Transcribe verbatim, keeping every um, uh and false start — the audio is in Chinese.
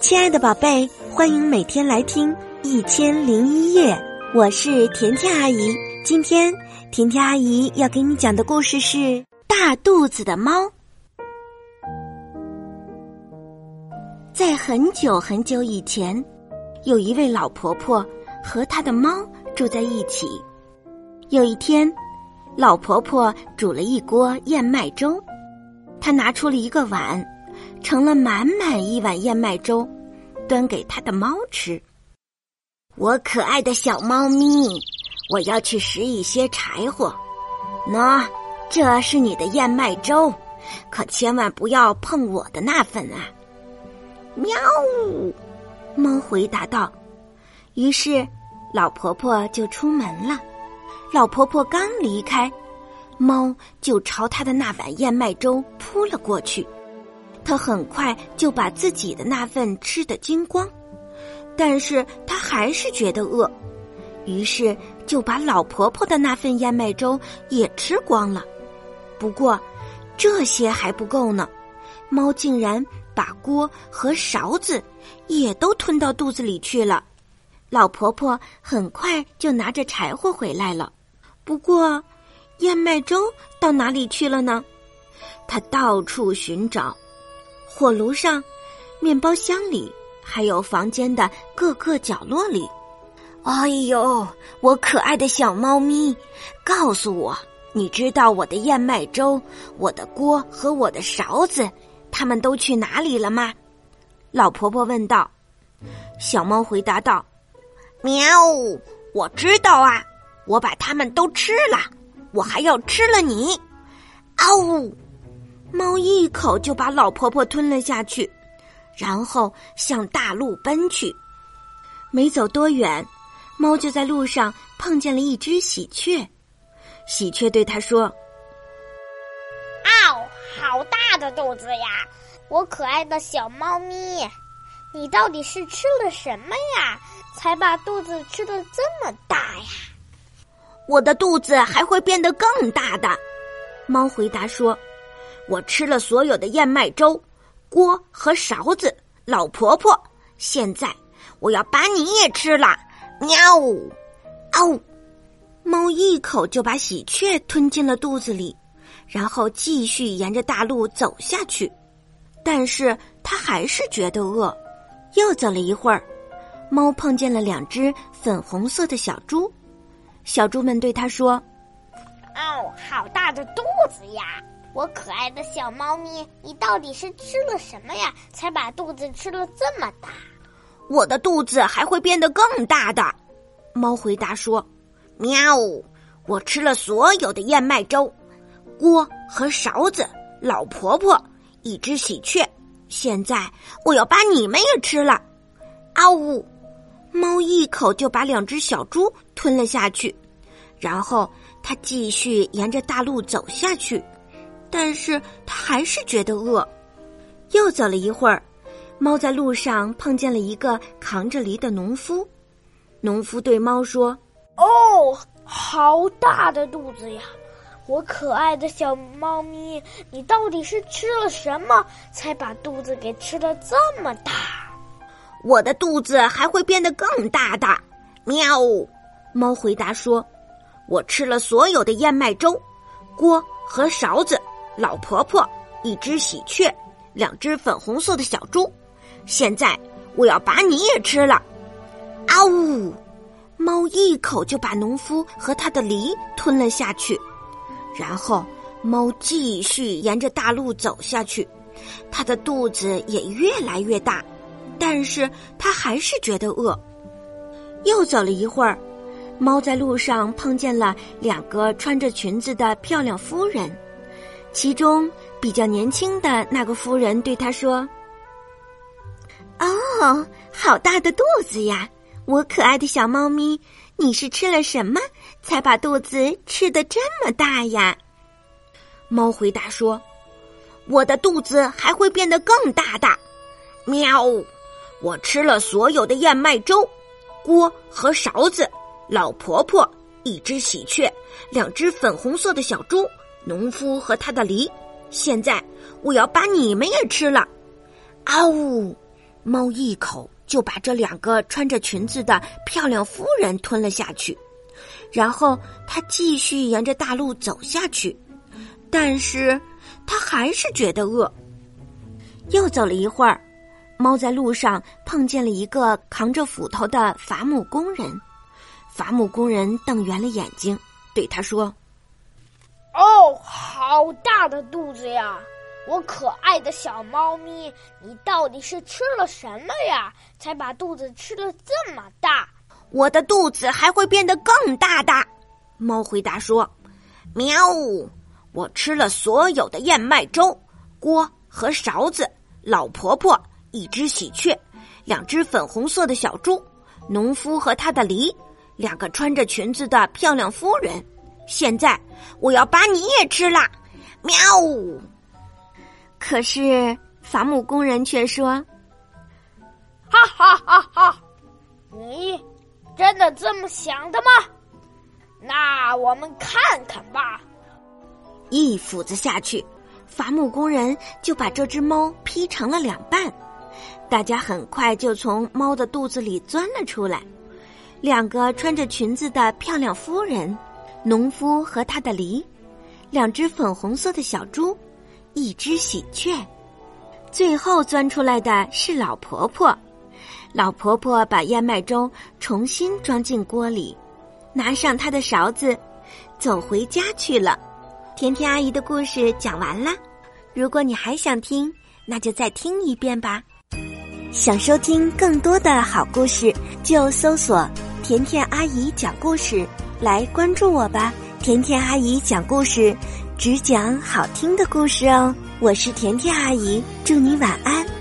亲爱的宝贝，欢迎每天来听一千零一夜，我是甜甜阿姨。今天甜甜阿姨要给你讲的故事是大肚子的猫。在很久很久以前，有一位老婆婆和她的猫住在一起。有一天，老婆婆煮了一锅燕麦粥，她拿出了一个碗，盛了满满一碗燕麦粥，端给她的猫吃。我可爱的小猫咪，我要去拾一些柴火。喏，这是你的燕麦粥，可千万不要碰我的那份啊！喵，猫回答道。于是，老婆婆就出门了。老婆婆刚离开，猫就朝她的那碗燕麦粥扑了过去。她很快就把自己的那份吃得精光，但是她还是觉得饿，于是就把老婆婆的那份燕麦粥也吃光了。不过，这些还不够呢，猫竟然把锅和勺子也都吞到肚子里去了。老婆婆很快就拿着柴火回来了，不过燕麦粥到哪里去了呢？她到处寻找，火炉上、面包箱里，还有房间的各个角落里。哎呦，我可爱的小猫咪，告诉我，你知道我的燕麦粥、我的锅和我的勺子，它们都去哪里了吗？老婆婆问道。小猫回答道：喵，我知道啊，我把它们都吃了，我还要吃了你。嗷呜！猫一口就把老婆婆吞了下去，然后向大路奔去。没走多远，猫就在路上碰见了一只喜鹊。喜鹊对它说： 嗷，好大的肚子呀，我可爱的小猫咪，你到底是吃了什么呀，才把肚子吃得这么大呀？ 我的肚子还会变得更大的，猫回答说。我吃了所有的燕麦粥、锅和勺子，老婆婆，现在我要把你也吃了。喵！嗷！猫一口就把喜鹊吞进了肚子里，然后继续沿着大路走下去。但是它还是觉得饿。又走了一会儿，猫碰见了两只粉红色的小猪。小猪们对它说： 哦，好大的肚子呀！我可爱的小猫咪，你到底是吃了什么呀，才把肚子吃了这么大？ 我的肚子还会变得更大的，猫回答说。喵，我吃了所有的燕麦粥、锅和勺子，老婆婆，一只喜鹊，现在我要把你们也吃了。嗷呜！猫一口就把两只小猪吞了下去，然后它继续沿着大路走下去。但是他还是觉得饿。又走了一会儿，猫在路上碰见了一个扛着犁的农夫。农夫对猫说： 哦，好大的肚子呀！我可爱的小猫咪，你到底是吃了什么，才把肚子给吃得这么大？ 我的肚子还会变得更大的。喵！猫回答说：我吃了所有的燕麦粥、锅和勺子，老婆婆，一只喜鹊，两只粉红色的小猪，现在我要把你也吃了。嗷呜！猫一口就把农夫和他的犁吞了下去，然后猫继续沿着大路走下去，它的肚子也越来越大，但是它还是觉得饿。又走了一会儿，猫在路上碰见了两个穿着裙子的漂亮夫人。其中比较年轻的那个夫人对他说：哦，好大的肚子呀，我可爱的小猫咪，你是吃了什么，才把肚子吃得这么大呀？猫回答说：我的肚子还会变得更大的。喵！我吃了所有的燕麦粥、锅和勺子，老婆婆，一只喜鹊，两只粉红色的小猪，农夫和他的犁，现在我要把你们也吃了。嗷呜！ 猫一口就把这两个穿着裙子的漂亮夫人吞了下去，然后它继续沿着大路走下去，但是它还是觉得饿。又走了一会儿，猫在路上碰见了一个扛着斧头的伐木工人。伐木工人瞪圆了眼睛，对他说： 哦，好大的肚子呀！我可爱的小猫咪，你到底是吃了什么呀，才把肚子吃得这么大？ 我的肚子还会变得更大的。猫回答说：喵，我吃了所有的燕麦粥、锅和勺子，老婆婆、一只喜鹊、两只粉红色的小猪、农夫和他的梨，两个穿着裙子的漂亮夫人。现在我要把你也吃了，喵！可是伐木工人却说： 哈哈哈哈，你真的这么想的吗？那我们看看吧。 一斧子下去，伐木工人就把这只猫劈成了两半。大家很快就从猫的肚子里钻了出来，两个穿着裙子的漂亮夫人，农夫和他的梨，两只粉红色的小猪，一只喜鹊。最后钻出来的是老婆婆。老婆婆把燕麦粥重新装进锅里，拿上她的勺子，走回家去了。甜甜阿姨的故事讲完了，如果你还想听，那就再听一遍吧。想收听更多的好故事，就搜索甜甜阿姨讲故事来关注我吧。甜甜阿姨讲故事，只讲好听的故事哦。我是甜甜阿姨，祝你晚安。